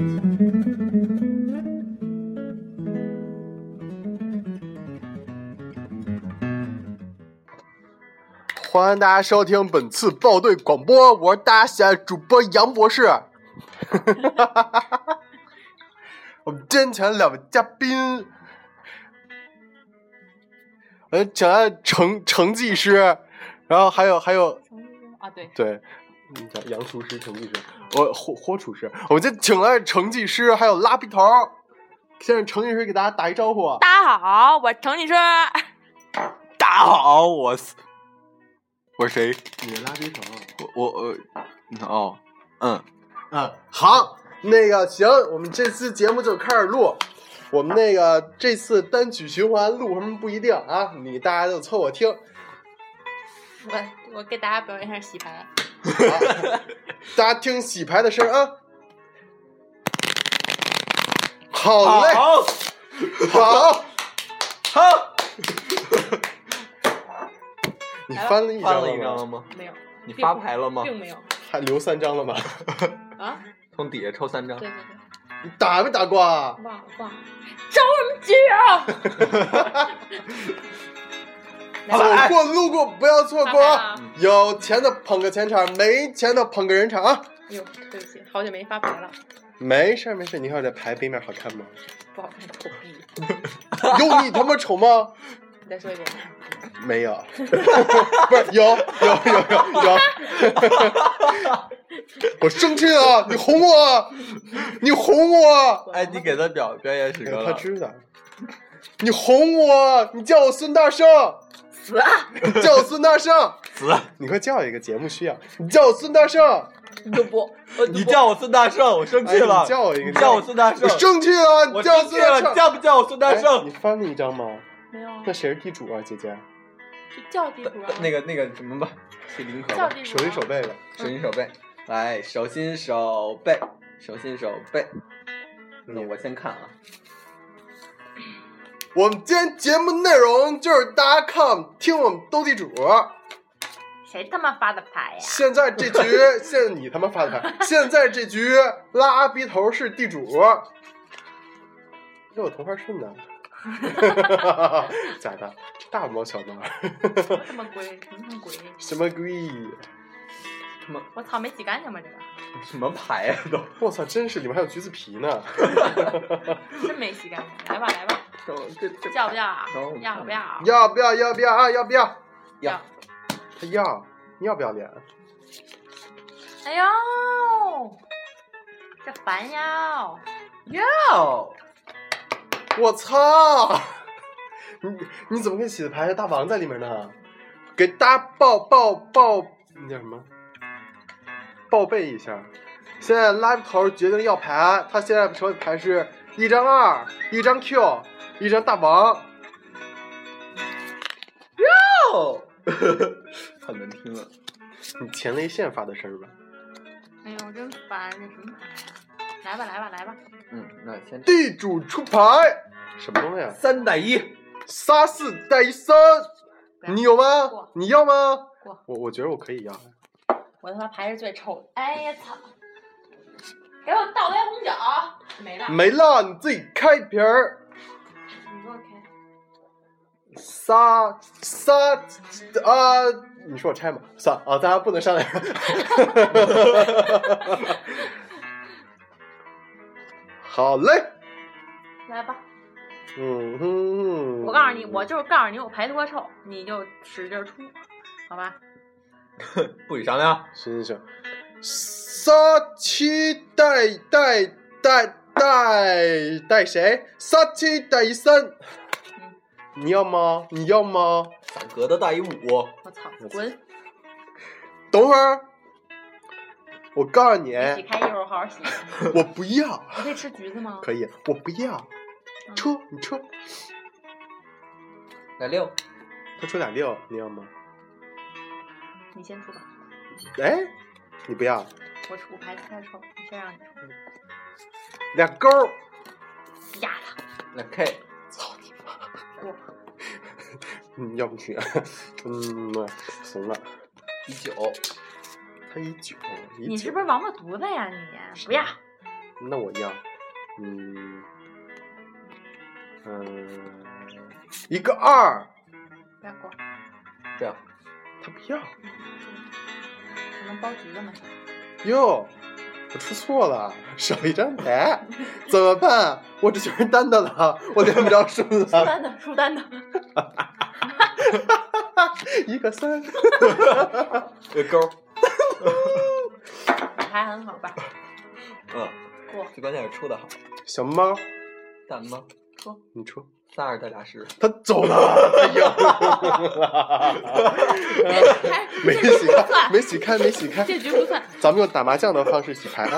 欢迎大家收听本次报队广播，我是大家喜爱主播杨博士。我们今天两位嘉宾，请来程技师，然后还有啊， 对，叫杨厨师、程技师，霍厨师。我们今天请来程技师，还有拉皮头。现在程技师给大家打一招呼。 大家好，我程技师。 大家好，我是谁？ 你是拉皮头。好，那个行，我们这次节目就开始录。我们那个这次单曲循环录什么不一定啊，大家就凑合听。 我给大家表演一下洗牌。 大家听洗牌的声啊。好嘞，好。你翻了一张了吗？ 没有。 你发牌了吗？ 并没有。 还留3张了吗？ 啊？ 从底下抽3张。 对。 你打没打过啊？ 忘了。着什么急啊？ 走过路过不要错过，有钱的捧个钱场，没钱的捧个人场啊！ 哟，对不起，好久没发牌了。没事，你看我这牌背面好看吗？ 不好看，丑逼。 有你他妈丑吗？ 你再说一遍。 没有，不是有。我生气了，你哄我！ 哎，你给他表演时刻了。 他知道。你哄我，你叫我孙大圣。 死啊！ 叫我孙大圣。 死！ 你快叫一个节目需要。你叫我孙大圣。 你叫我孙大圣，我生气了。 你叫我一个。 叫我孙大圣。 我生气了， 我生气了，叫不叫我孙大圣？ 你翻了一张吗？ 没有。 那谁是地主啊，姐姐？ 就叫地主啊。 那个什么吧，去领口吧。 手心手背的。 手心手背。来，手心手背。那我先看啊。 我们今天节目内容就是大家看听我们斗地主。 谁他妈发的牌呀？ 现在这局，现在你他妈发的牌。现在这局拉鼻头是地主。这我同花顺呢。假的，大猫小猫。 什么鬼？ 什么鬼？ 我操，没洗干净吗？这个什么牌呀都？ 我操，真是里面还有橘子皮呢。 真没洗干净。来吧。 这叫不要？要不要？ 要不要？要不要？ 要。 他要，你要不要脸？ 哎呦，这烦呀！ 要。 我操！你怎么跟洗的牌大王在里面呢？给大家那叫什么？报备一下，现在拉头决定要牌，他现在手里牌是1张2，一张 Q， 一张大王。 哟，太难听了。 你前列腺发的声吧？ 哎呦，真烦，这什么牌？来吧。 那先。 地主出牌，什么东西啊 ？3带1， 杀4带1 3，你有吗？你要吗？我觉得我可以要。 我他妈牌是最臭的！哎呀操！给我倒杯红酒，没了， 你自己开瓶儿。 你给我开。 你说我拆吗？算了啊，大家不能商量。好嘞， 来吧。 我告诉你，我就是告诉你我牌多臭，你就使劲出，好吧？ 不许商量。 行，杀7带谁？杀7带1 3。你要吗？ 散格的带1 5。 我操，滚！ 等会儿，我告诉你， 洗开一会儿好好洗。 我不要。 你可以吃橘子吗？ 可以，我不要。你撤。 来6。 他出俩6，你要吗？ 你先出吧。 哎，你不要。 我出牌太臭，你先让你出。 俩勾。 压他。 来 K。 操你妈！ 过。 要不去。怂了。 19。 他19。 你是不是王八犊子呀你？不要。 那我要，一个2。 不要过。 这样。 他不要。 我能包橘子吗？ 哟，我出错了，少一张牌，怎么办？我这就是单的了，我连不着数了。 输单的。 一个3， 一个勾。 还很好吧？过。 最关键是出的好。 小猫， 大猫， 出， 你出。 3-2带俩10。 他走了，他赢了。没洗开， 这局不算。 咱们用打麻将的方式洗牌啊。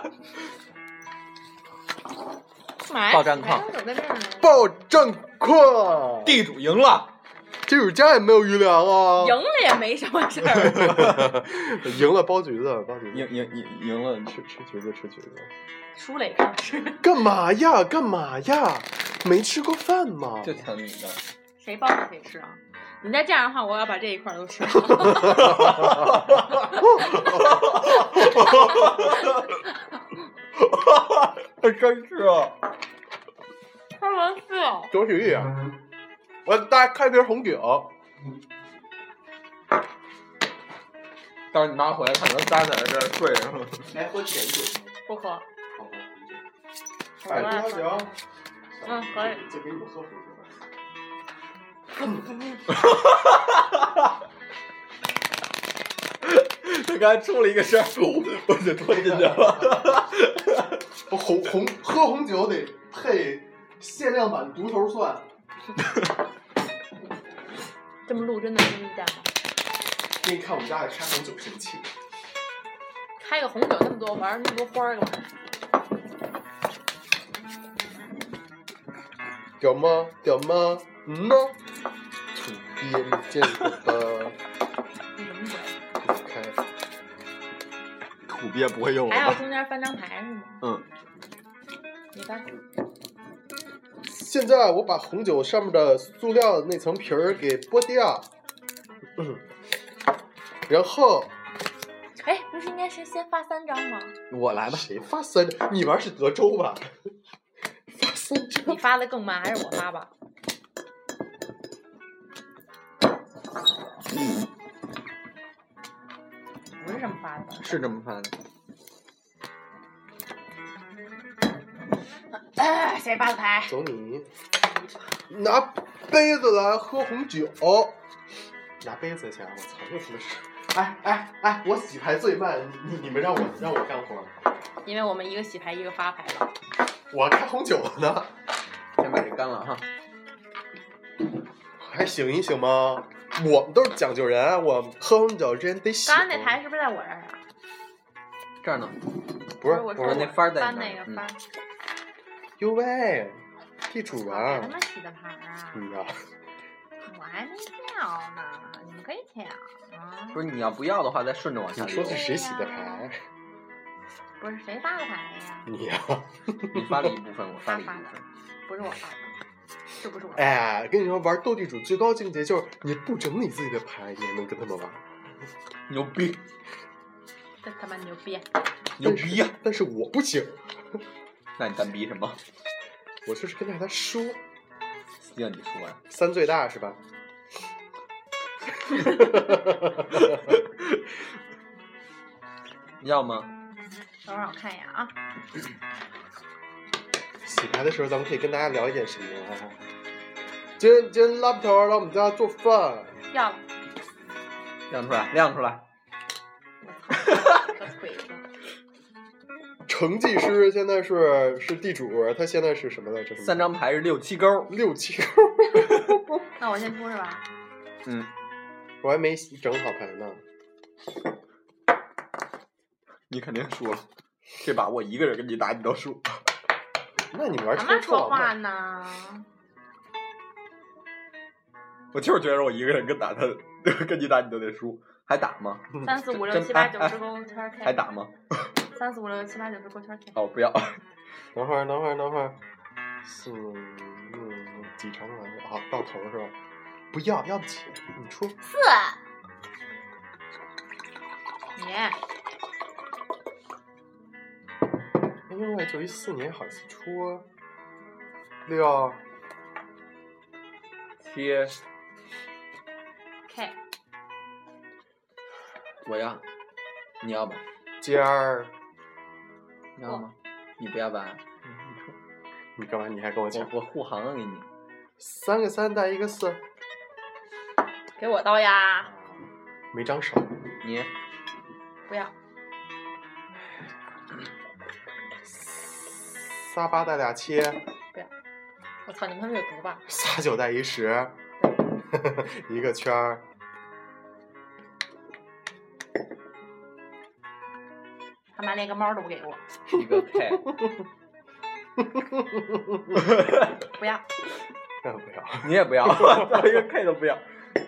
报战况。 报战况。 地主赢了。 地主家也没有余粮啊。 赢了也没什么事儿。 赢了包橘子， 赢了吃橘子。 输了也可以吃。 干嘛呀？没吃过饭吗？ 就抢你的。 谁包谁吃啊？你再这样的话，我要把这一块都吃了。 真是啊！ 开玩笑。 多许意啊！我大家开瓶红酒。 到时候你妈回来，可能仨在这儿睡着。 来喝甜酒。 不喝。 好吧。 白葡萄酒。可以。 就给你们喝红酒。 他刚才出了一个声，我就吞进去了。 喝红酒得配限量版独头蒜。 这么录真的是一点吗？ 给你看我们家的开红酒神器。 开个红酒那么多玩那么多花干嘛？ 屌吗？呢？土鳖没见过吧？开。 土鳖不会用了吧？ 还要中间翻张牌是吗？你翻。 现在我把红酒上面的塑料那层皮儿给剥掉，然后， 不是应该是先发3张吗？ 我来吧。 谁发3张？你玩是德州吧？发3张。 你发的更慢还是我发吧？不是这么发的吧？ 是这么发的。 谁发的牌？ 走你。拿杯子来喝红酒。拿杯子去啊！我操，又出了事。哎，我洗牌最慢，你们让我干活。 因为我们一个洗牌，一个发牌了。 我开红酒呢。 先把这干了哈。 还醒一醒吗？我们都是讲究人，我喝红酒之前得醒。 刚刚那牌是不是在我这儿啊？ 这儿呢。 不是那番在那个番。 哟喂，地主啊！ 他妈洗的牌啊！我还没跳呢，你们可以跳啊。 不是你要不要的话，再顺着往下。 你说是谁洗的牌？ 不是谁发的牌呀？ 你呀。 你发了一部分，我发了一部分。 不是我发的，这不是我。 哎，跟你说，玩斗地主最高境界就是你不整理自己的牌，你也能跟他们玩。 牛逼！ 这他妈牛逼！ 牛逼呀！ 但是我不行。 那你单逼什么？ 我就是跟大家说。 让你说呀。 3最大是吧？ 要吗？ 等会儿我看一眼啊。 洗牌的时候，咱们可以跟大家聊一点什么啊？今天拉布头来我们家做饭。 要了。 亮出来。 我操！个腿子。 程技师现在是地主，他现在是什么来着？3 张牌是6、7勾。 6、7勾。 那我先出是吧？ 我还没整好牌呢。 你肯定输了，这把我一个人跟你打，你都输。 那你玩什么说话呢？ 我就是觉得我一个人跟你打，你都得输，还打吗 ？3、4、5、6、7、8、9、10勾圈 K。 还打吗 ？3、4、5、6、7、8、9、10勾圈 K。 哦，不要。 等会儿。4、几长来着？啊，到头是吧？不要，要不起，你出。 4。你。 1994年好似出6、 7， K， 我要，你要吧？ 尖儿， 你要吗？你不要吧？ 你干嘛？你还跟我抢？ 我护航了给你。 3个3带1个4， 给我刀呀！ 没张手。 你不要。 3 8带2切， 不要。我操，你们他们有毒吧 ？3 9带1 10，一个圈儿。 他妈连个猫都不给我。 一个 K。 不要。 不要。 你也不要，一个 K 都不要。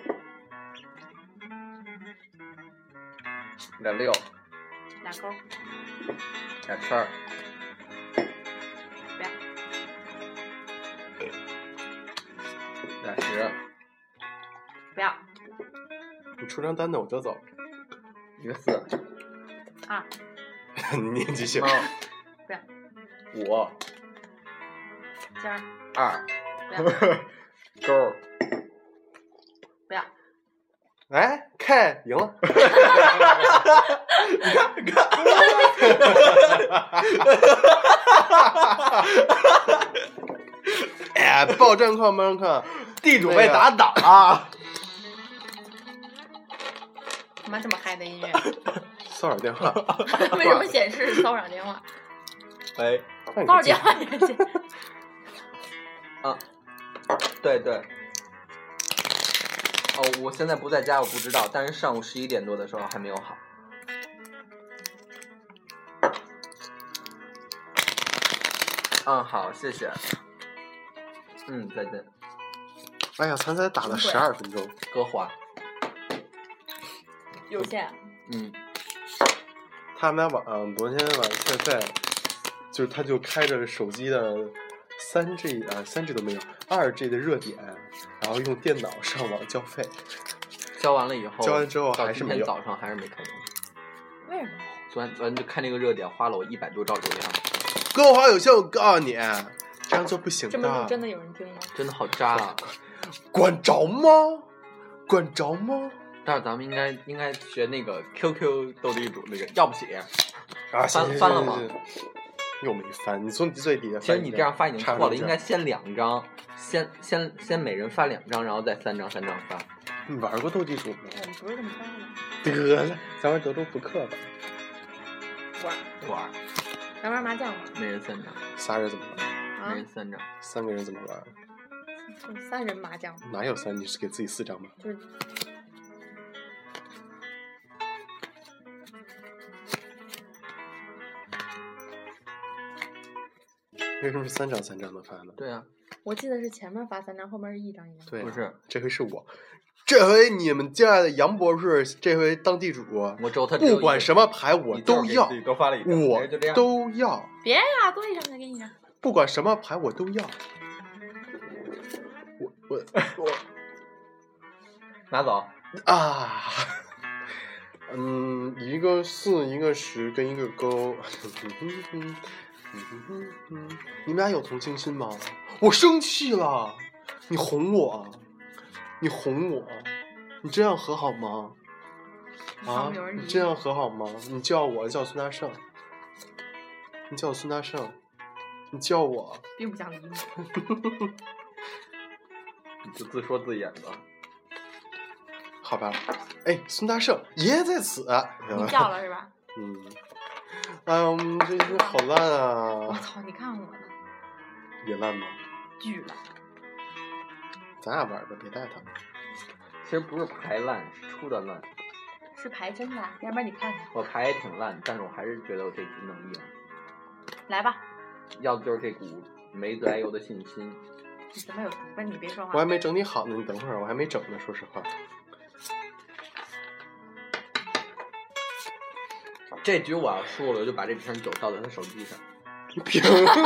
俩6， 俩勾， 俩圈儿， 不要， 俩10， 不要， 你出张单子我就走。 一个4， 啊， 你继续。 不要， 5， 尖儿， 2， 不要， 勾， 不要， 哎，开赢了。 你看，你看。 哎，报战况，报战况， 地主被打倒啊！ 他妈这么嗨的音乐， 骚扰电话。 为什么显示是骚扰电话？ 喂， 骚扰电话也行。 啊，对对。哦，我现在不在家，我不知道，但是上午11点多的时候还没有好。嗯，好，谢谢。嗯，再见。 哎呀，咱才打了12分钟。 歌华。 有线。 嗯。 他们家昨天晚上在，就是他就开着手机的3G 3G 都没有，2G 的热点，然后用电脑上网交费。 交完了以后， 交完之后还是没有。 今天早上还是没开通。 为什么？ 昨天就看这个热点，花了我100多兆流量。 歌华有线，我告诉你，这样做不行的。 这么录真的有人听吗？ 真的好渣啊！ 管着吗？管着吗？ 但是咱们应该学那个 QQ 斗地主那个要不起啊， 翻了吗？ 又没翻，你从最底下翻。 其实你这样发已经错了，应该先2张，先每人发2张，然后再3张发。 你玩过斗地主吗？ 我们不是这么发的。 得了，咱玩德州扑克吧。 玩。 咱玩麻将吗？ 每人3张。 仨人怎么玩？ 啊？ 每人3张。 3个人怎么玩？ 就3人麻将。 哪有3？你是给自己4张吗？ 就是。 为什么是3张3张的发呢？ 对啊， 我记得是前面发3张，后面是1张1张。 对、啊， 不是， 这回是我。这回你们家的杨博士，这回当地主， 我周他不管什么牌我都要， 多发了一张， 我都要。 别呀，多1张再给你1张。 不管什么牌我都要。我拿走啊。一个4，一个10，跟一个勾。你们俩有同情心吗？我生气了，你哄我，你哄我，你这样和好吗？啊，你这样和好吗？你叫我叫孙大圣，你叫我孙大圣，你叫我， 并不想理你。 你就自说自演吧。 好吧，哎，孙大圣，爷爷在此。 你叫了是吧？ 嗯。哎呀，我们这些好烂啊！ 我操，你看我的。 也烂吗？ 巨烂。 咱俩玩吧，别带他。 其实不是牌烂，是出的烂。 是牌真烂，要不然你看看。 我牌也挺烂，但是我还是觉得我这局能赢。 来吧。 要的就是这股没得来由的信心。 你怎么有毒吧？你别说话。 我还没整理好呢，你等会儿，我还没整呢，说实话。 这局我要输了，我就把这瓶酒倒在他手机上。 瓶。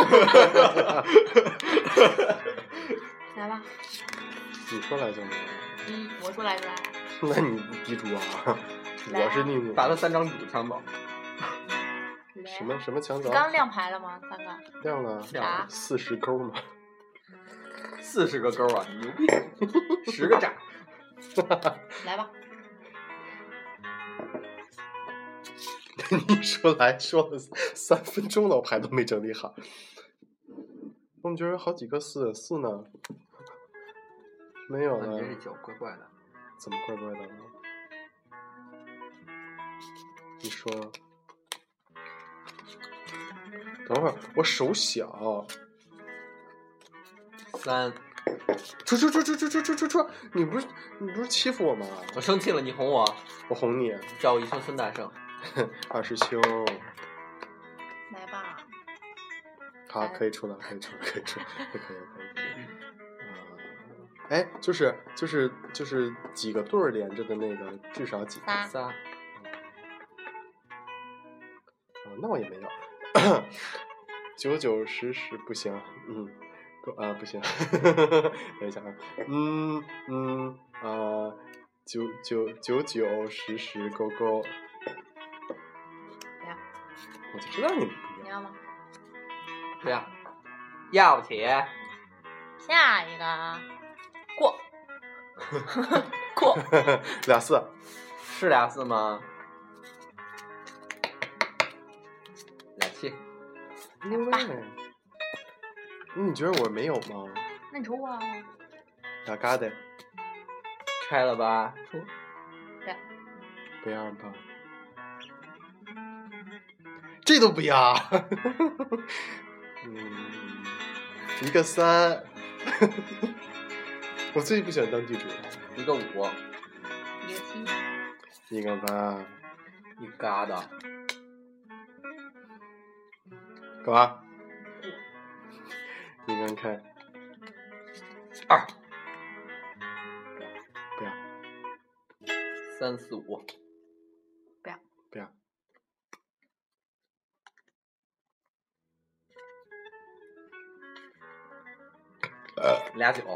来吧。 你说来就来。 我说来就来。 那你地主啊，我是地主。 打了3张主枪吧。 什么墙角？ 刚亮牌了吗？3个。 亮了。 啥 ？40勾嘛。 40个勾啊！牛逼！10个炸。 来吧。 你说了3分钟了，我牌都没整理好。我们觉得有好几个4呢，没有了。 你这脚怪怪的。 怎么怪怪的呢？你说。等会儿，我手小。 3。 出！你不是欺负我吗？ 我生气了，你哄我。 我哄你。 叫我一声孙大圣。 二师兄。 来吧。 好，可以出了，可以，可以。哎，就是几个对儿连着的那个，至少几个 ？3。 哦，那我也没有。9、9、10、10不行，不行。等一下啊，9、9、9、9、10、10勾勾。我就知道你们不要吗？ 不要，要不起。 下一个，过。过。 俩4。 是俩4吗？2、7。 你觉得我没有吗？ 那你抽啊。 俩嘎的。 拆了吧？抽。 不要吧。这都不要。一个3。我最不喜欢当地主了。 一个5。 一个7。 一个8。 一疙瘩。 干嘛？你看看。 2。 不要。 3、4、5。 不要。 俩9。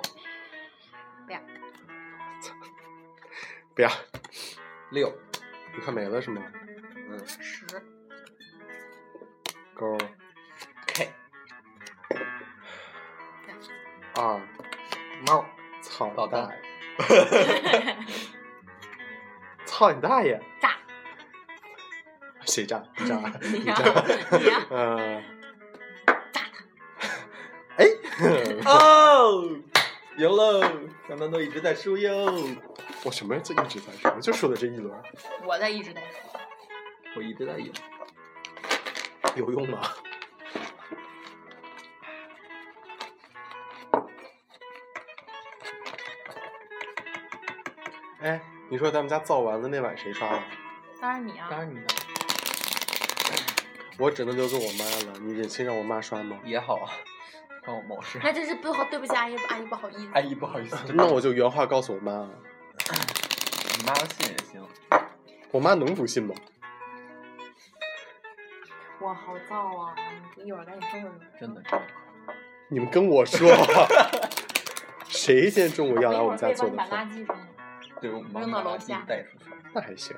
不要。 6。 你看没了是吗 ？10。 勾。 K。 2。 猫。 操老大爷。操你大爷！ 炸。 谁炸？你炸。 你炸。炸他。 哎。 哦，赢喽！小南都一直在输哟。 我什么就一直在输，就输了这一轮。 我在一直在输。 我一直在赢。 有用吗？哎，你说咱们家造完了那碗谁刷了？ 当然你啊。 当然你啊。 我只能留给我妈了，你忍心让我妈刷吗？ 也好啊，让我冒失。 那这是不好，对不起阿姨，阿姨不好意思。 阿姨不好意思。 那我就原话告诉我妈。 你妈要信也行。 我妈能不信吗？ 哇，好燥啊！你一会儿赶紧收拾收拾。 真的。 你们跟我说。谁先中午要来我们家做的饭？ 对，我们扔到楼下带出去。 那还行。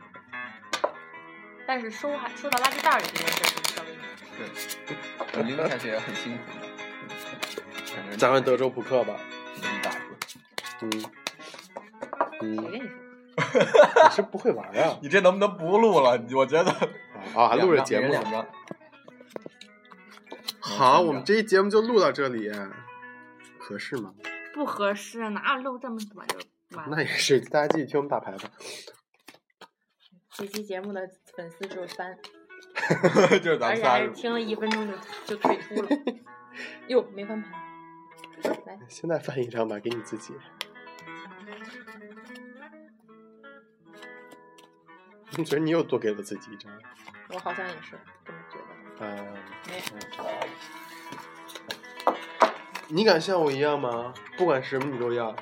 但是收到垃圾袋里这件事是稍微。 对，你拎下去也很辛苦的。 咱们德州扑克吧。 一大个。 谁跟你说？ 你是不会玩啊？ 你这能不能不录了？我觉得。 还录着节目。 2张。 好，我们这一节目就录到这里，合适吗？ 不合适，哪有录这么短就完了？ 那也是，大家继续听我们打牌吧。 这期节目的粉丝只有3， 就是咱们而且还是听了1分钟就退出了。哟，没翻牌。来， 现在翻一张吧，给你自己。你觉得你又多给了自己一张？ 我好像也是这么觉得。 你敢像我一样吗？不管什么你都要。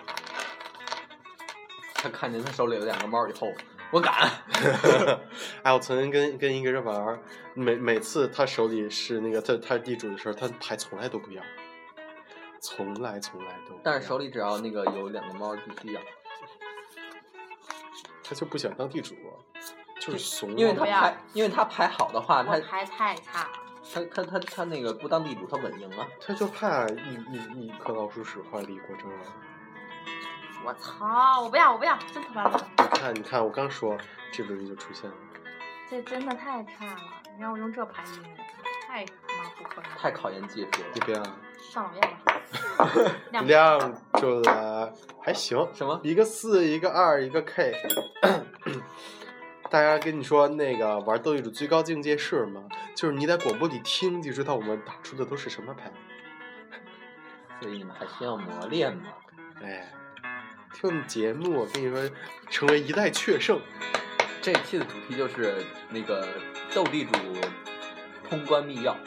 他看见他手里有2个猫以后，我敢。 哎，我曾经跟一个人玩，每次他手里是那个他是地主的时候，他牌从来都不要，从来都不要。 但是手里只要那个有2个猫必须要。 他就不想当地主， 就是怂。 因为他排好的话，他排太差了。 他那个不当地主，他稳赢啊。 他就怕一颗老鼠屎坏了一锅粥。 我操！我不要，真特别烂。 你看，我刚说这轮就出现了。 这真的太差了！你让我用这排音，太他妈不可能。 太考验技术了。 你别啊。 上老燕吧。 亮出来，还行。 什么？ 一个4，一个2，一个 K。大家跟你说，那个玩斗地主最高境界是什么？就是你在广播里听就知道我们打出的都是什么牌。 所以你们还需要磨练嘛。 哎，听节目，我跟你说，成为一代确胜。 这期的主题就是那个斗地主通关密钥。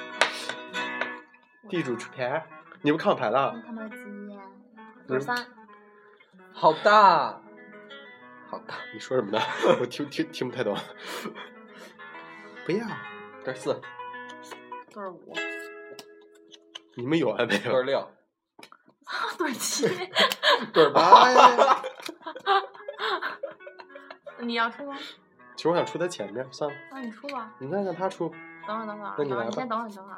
地主出牌，你不看牌了？ 他妈鸡，3。 好大。好大， 你说什么呢？我听不太懂。不要， 这4， 这5， 你们有完没有？ 这6， 这7， 这8。 你要出吗？ 其实我想出他前面，算了。 那你出吧。 你看看他出。 等会儿。 那你来吧。 你先等会儿。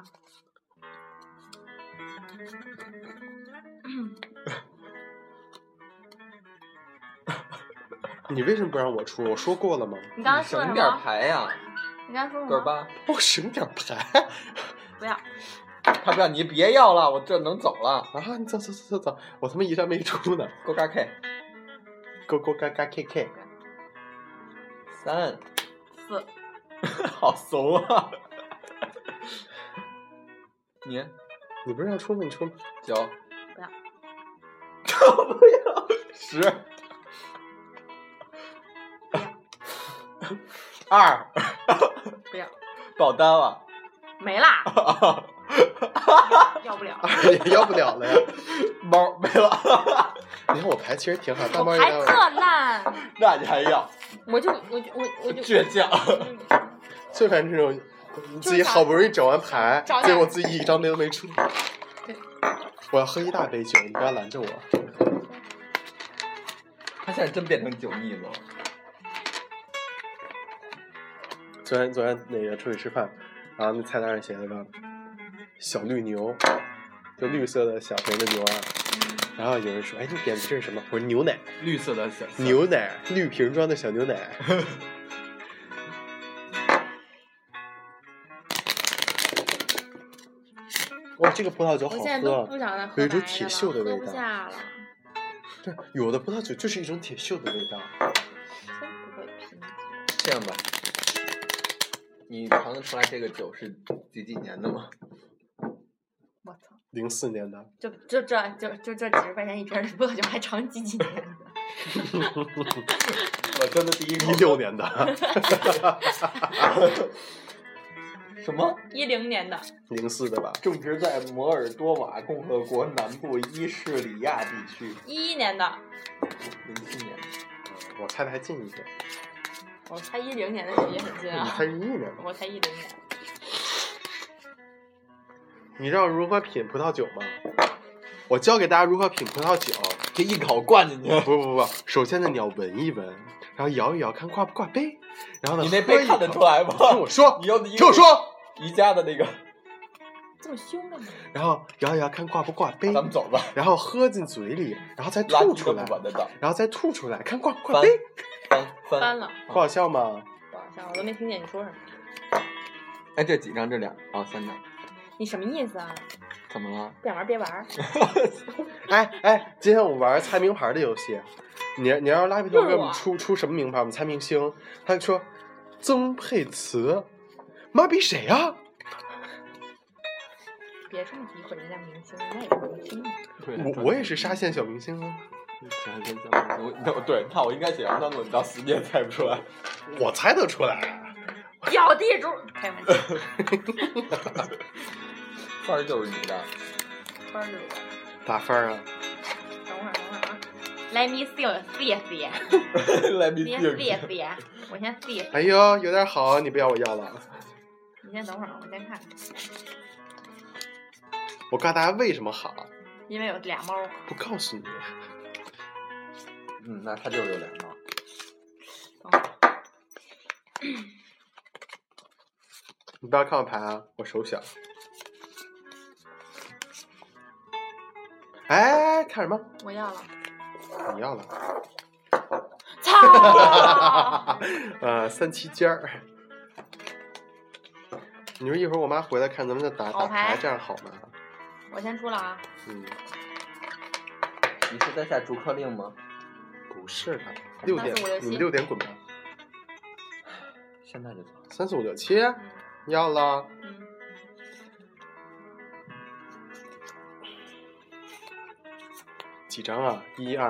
你为什么不让我出？我说过了吗？ 你刚才说什么？ 省点牌呀。 你刚才说什么 ？8。 我省点牌。 不要。 他不要，你别要了，我这能走了啊！你走，我他妈一张没出呢。 勾嘎 K， 勾嘎 KK。 3、 4， 好怂啊！ 你不是要出吗？你出。 9， 不要。 不要。10。2。 不要。 爆单了。 没啦。要不了。 要不了了呀。 猫没了。 你看我牌其实挺好，大猫我牌特烂。 那你还要？ 我就倔强。 最烦这种自己好不容易整完牌，结果自己一张都没出。我要喝一大杯酒，你不要拦着我。 他现在真变成酒腻子了。 昨天那个出去吃饭，然后那菜单上写了个小绿牛，就绿色的小瓶的牛啊。然后有人说：“哎，你点的这是什么？”我说：“牛奶。” 绿色的小牛奶，绿瓶装的小牛奶。哇，这个葡萄酒好喝，有一种铁锈的味道。对，有的葡萄酒就是一种铁锈的味道。 真不会品酒。 这样吧，你尝得出来这个酒是几年的吗？ 我操 ！04年的。 就这几十块钱一瓶的葡萄酒还尝几年的？ 我真的第一口 16年的。 什么 ？10年的。 04的吧？ 种植在摩尔多瓦共和国南部伊士里亚地区。 11年的。 07年。 我猜的还近一点。 我猜10年的也很近啊。 你猜11年的。 我猜10年。 你知道如何品葡萄酒吗？我教给大家如何品葡萄酒。 这一口灌进去。 不，首先呢你要闻一闻，然后摇一摇，看挂不挂杯。然后呢， 你那杯看得出来吗？ 听我说， 听我说，宜家的那个。 这么凶的吗？ 然后摇一摇，看挂不挂杯。 咱们走吧。 然后喝进嘴里，然后再吐出来，然后再吐出来，看挂不挂杯。 翻了。 不好笑吗？ 不好笑，我都没听见你说什么。 哎，这几张？这2张、3张。 你什么意思啊？ 怎么了？ 不想玩别玩。 哎，今天我玩猜名牌的游戏，你让拉皮头给我们出什么名牌？我们猜明星。他说曾沛慈，妈逼谁啊？ 别这么诋毁人家明星，人家也是明星。 我也是沙县小明星啊。 对，那我应该写上，但我到死你也猜不出来。 我猜得出来。 小地主，开玩笑。 分儿就是你的。 分儿就是我的。 打分啊？ 等会儿啊。Let me see。 Let me see。我先 see。 哎呦，有点好，你不要我要了。 你先等会儿，我先看。 我告诉大家为什么好。 因为有2猫。 不告诉你。 那他就是有2猫。 你不要看我牌啊，我手小。哎，看什么？ 我要了。 你要了。 操！ 三七尖儿。你说一会儿我妈回来看咱们打牌，这样好吗？ 我先出了啊。 嗯。 你是在下逐客令吗？ 不是的，6点，你们6点滚吧。 现在就走。 3、4、5、6、7，要了。几张啊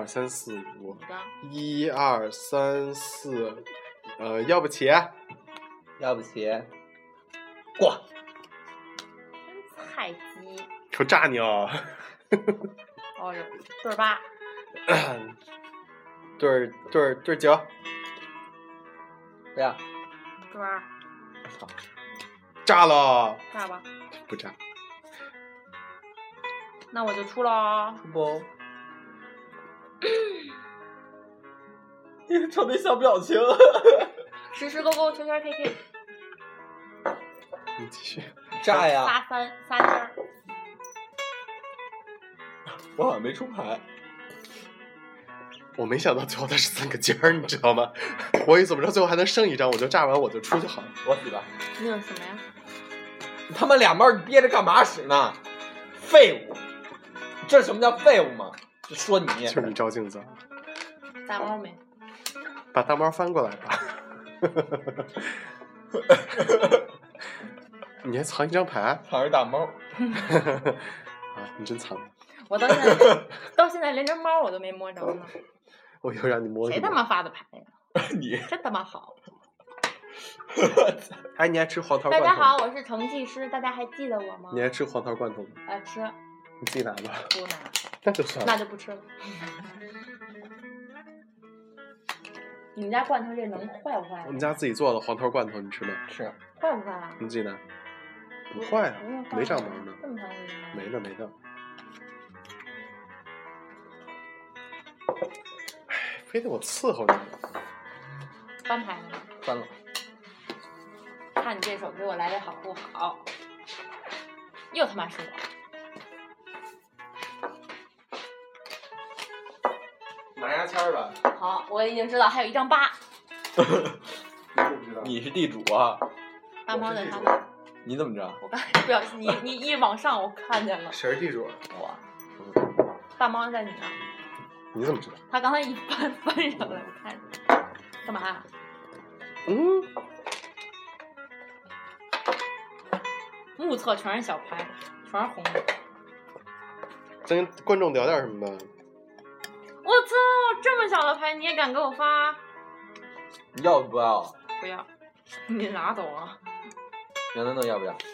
？1、2、3、4、5。1、2、3、4，要不起？ 要不起？过。 真菜鸡！ 我炸你哦！ 哦，对8。 对9。 对呀。 对2。 操！ 炸了！ 炸吧。 不炸。 那我就出了。 出不？你瞅那小表情。 10勾勾，圈圈 KK。 你继续。 炸呀！ 仨尖儿。 我好像没出牌。 我没想到最后它是3个尖儿，你知道吗？我一怎么着最后还能剩1张，我就炸完我就出就好了。 我死了。 你有什么呀？ 你他妈2猫，你憋着干嘛使呢？废物！你知道什么叫废物吗？就说你。 就是你照镜子。 大猫没？ 把大猫翻过来吧。你还藏1张牌？ 藏着大猫。 啊，你真藏。 我到现在连只猫我都没摸着呢。 我又让你摸。 谁他妈发的牌呀？ 你真他妈好。 哎，你爱吃黄桃罐头？ 大家好，我是程技师，大家还记得我吗？ 你爱吃黄桃罐头吗？ 吃。 你自己拿吧。 不拿。 那就算了。 那就不吃了。你们家罐头这能坏不坏？ 我们家自己做的黄桃罐头，你吃吗？ 吃。 坏不坏啊？ 你自己拿。不坏啊，没长毛呢。 这么长时间？ 没的。哎，非得我伺候你。 翻牌呢？ 翻了。 看你这手给我来的好不好？又他妈是我。拿牙签吧。 好，我已经知道还有1张8。 你怎么知道？ 你是地主啊。 大猫在他那。 你怎么知道？ 我刚才不小心，你一往上，我看见了。 谁是地主？ 我。大猫在你那儿。 你怎么知道？ 他刚才一翻上来，我看见。干嘛？目测全是小牌，全是红的。 咱跟观众聊点什么吧。 我操！这么小的牌你也敢给我发？ 你要不要？ 不要，你拿走啊！ 杨丹豆要不要？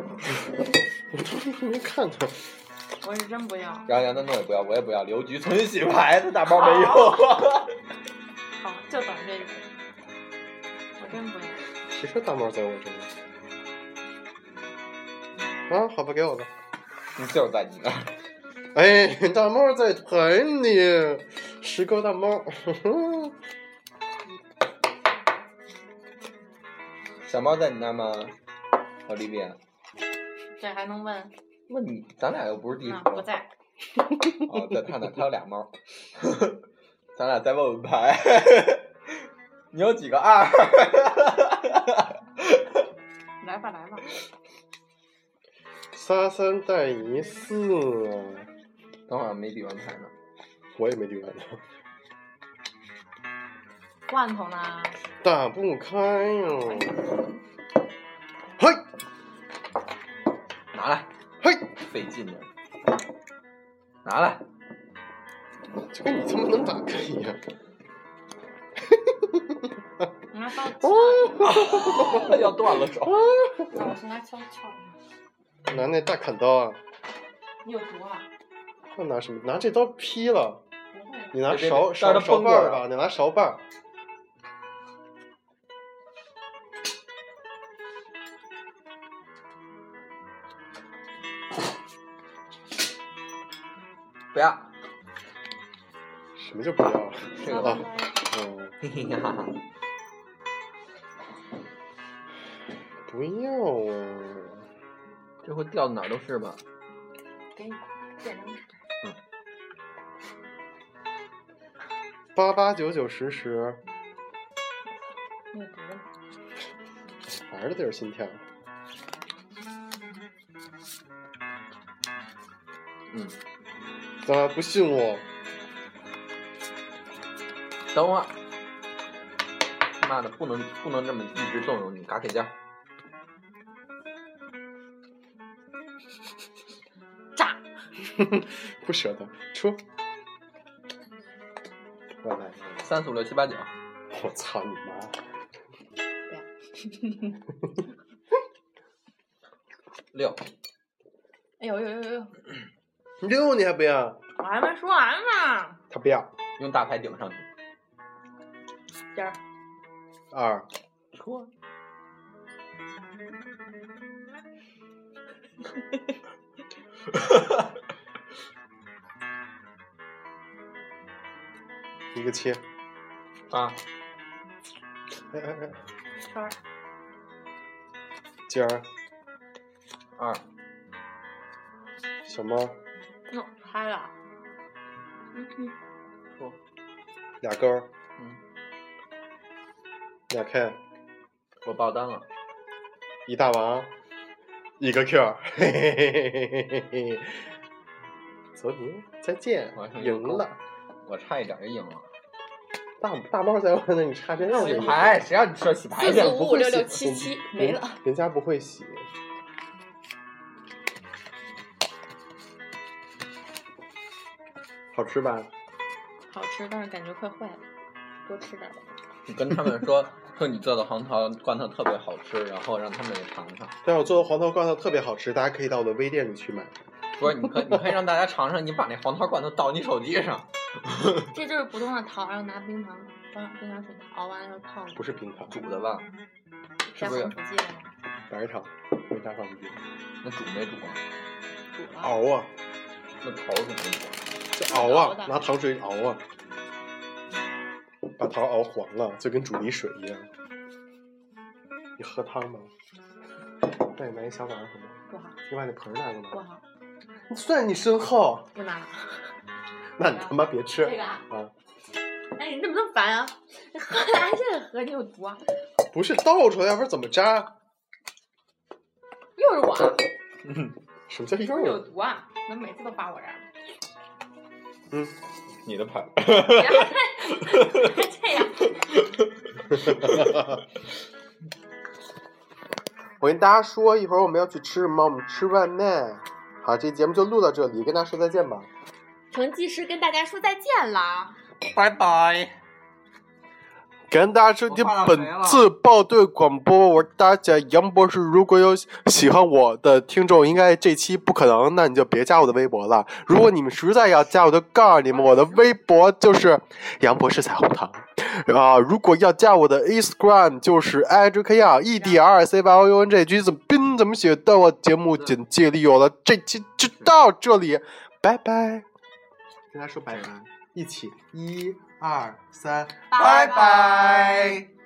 我没看他。 我是真不要。 然后杨丹豆也不要，我也不要。刘局重新洗牌，他大包没有。 好，就等这个。我真不要。 谁说大猫在我这里？啊，好吧，给我吧。 你就是在你那儿。 哎，大猫在牌里，10个大猫。 小猫在你那儿吗？奥利维亚。 这还能问？ 问你，咱俩又不是地主。 不在。 哦，在他那，他有2猫。咱俩再问问牌。你有几个2？ 来吧。 3、3带1、4。 等会儿没底完牌呢。 我也没底完呢。 罐头呢？ 打不开哟。嘿， 拿来。 嘿， 费劲呢。拿来。 这跟你他妈能打开一样。 你拿刀撬。 要断了手。 那我先拿敲撬。 拿那大砍刀啊。 你有毒啊？ 那拿什么？拿这刀劈了。你拿勺帮把吧，你拿勺把。 不要。 什么叫不要？ 这个吧。嘿嘿哈哈。 不不要啊！ 这会掉到哪儿都是吧？ 给你变成 88991010， 没有毒呢。 玩的就是心跳。咋不信我？ 等会儿，妈的，不能这么一直纵容你，嘎给价。 炸！ 不舍得出。我来 3、4、5、6、7、8、9。 我操你妈！ 6。 哎呦呦呦呦！ 6你还不要？ 我还没说完呢。 他不要。 用大牌顶上去。 尖儿。 2。 错。 一个7。 8。 哎。 圈。 尖儿。 2。 小猫。 开了。 错。 俩勾。俩 K。 我爆单了。 一大王。一个 Q。嘿嘿嘿嘿嘿嘿。走你，再见。赢了。 我差一点就赢了。 大猫在问呢，你差真洗牌，谁让你说洗牌去？ 4、4、5、5、6、6、7、7没了。 人家不会洗。好吃吧？ 好吃，但是感觉快坏了，多吃点吧。 你跟他们说你做的黄桃罐头特别好吃，然后让他们也尝尝。 对，我做的黄桃罐头特别好吃，大家可以到我的微店里去买。 不是，你可以让大家尝尝，你把那黄桃罐头倒你手机上。 这就是普通的桃，然后拿冰糖放冰糖水熬完了泡。 不是冰糖， 煮的吧？是不是？ 白糖，没加放进去。 那煮没煮啊？ 煮了。 熬啊！ 那桃怎么煮？ 这熬啊，拿糖水熬啊，把糖熬黄了，就跟煮梨水一样。你喝汤吗？那你拿一小碗什么？ 不好。 你把那盆拿过来。 不好。 算你身后。 不拿。 那你他妈别吃。 这个啊。 哎，你怎么这么烦啊？你喝来这个喝，你有毒啊！ 不是倒出来，要不然怎么扎？ 又是我。 什么叫又？ 有毒啊！怎么每次都发我这儿？ 你的牌。 这样。 我跟大家说，一会儿我们要去吃什么？我们吃外卖。好，这节目就录到这里，跟大家说再见吧。 程技师跟大家说再见啦， 拜拜。 感谢大家收听本次报队广播，我是大家杨博士。如果有喜欢我的听众，应该这期不可能，那你就别加我的微博了。如果你们实在要加，我就告诉你们，我的微博就是杨博士彩虹糖如果要加我的 Instagram 就是 IDRCYONG， 怎么拼怎么写，到我节目简介里有了。这期就到这里，拜拜。跟大家说拜拜，一起1、2、3， 拜拜。